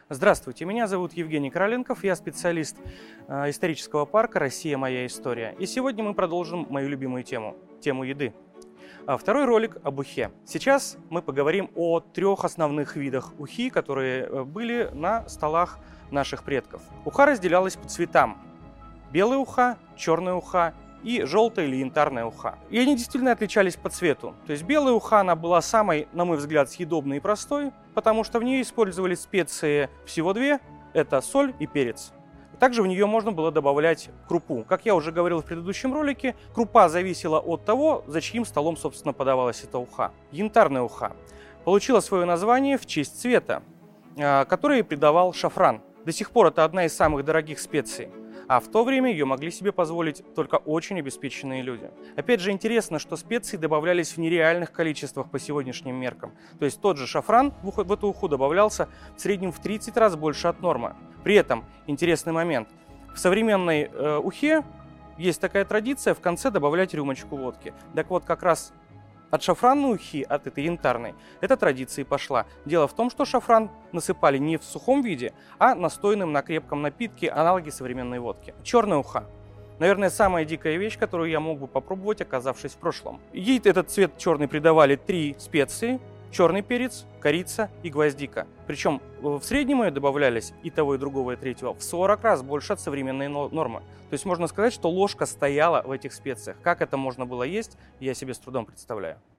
Здравствуйте, меня зовут Евгений Короленков, я специалист исторического парка «Россия. Моя история». И сегодня мы продолжим мою любимую тему еды. Второй ролик об ухе. Сейчас мы поговорим о трех основных видах ухи, которые были на столах наших предков. Уха разделялась по цветам: белая уха, черная уха и желтая или янтарная уха. И они действительно отличались по цвету. То есть белая уха, она была самой, на мой взгляд, съедобной и простой, потому что в ней использовались специи всего две – это соль и перец. Также в нее можно было добавлять крупу. Как я уже говорил в предыдущем ролике, крупа зависела от того, за чьим столом, собственно, подавалась эта уха. Янтарная уха получила свое название в честь цвета, который придавал шафран. До сих пор это одна из самых дорогих специй. А в то время ее могли себе позволить только очень обеспеченные люди. Опять же, интересно, что специи добавлялись в нереальных количествах по сегодняшним меркам. То есть тот же шафран в эту уху добавлялся в среднем в 30 раз больше от нормы. При этом, интересный момент, в современной ухе есть такая традиция в конце добавлять рюмочку водки. Так вот, как раз от шафранной ухи, от этой янтарной, эта традиция и пошла. Дело в том, что шафран насыпали не в сухом виде, а настойным на крепком напитке, аналоги современной водки. Черная уха. Наверное, самая дикая вещь, которую я мог бы попробовать, оказавшись в прошлом. Ей этот цвет черный придавали 3 специи: черный перец, корица и гвоздика. Причем в среднем ее добавлялись и того, и другого, и третьего в 40 раз больше от современной нормы. То есть можно сказать, что ложка стояла в этих специях. Как это можно было есть, я себе с трудом представляю.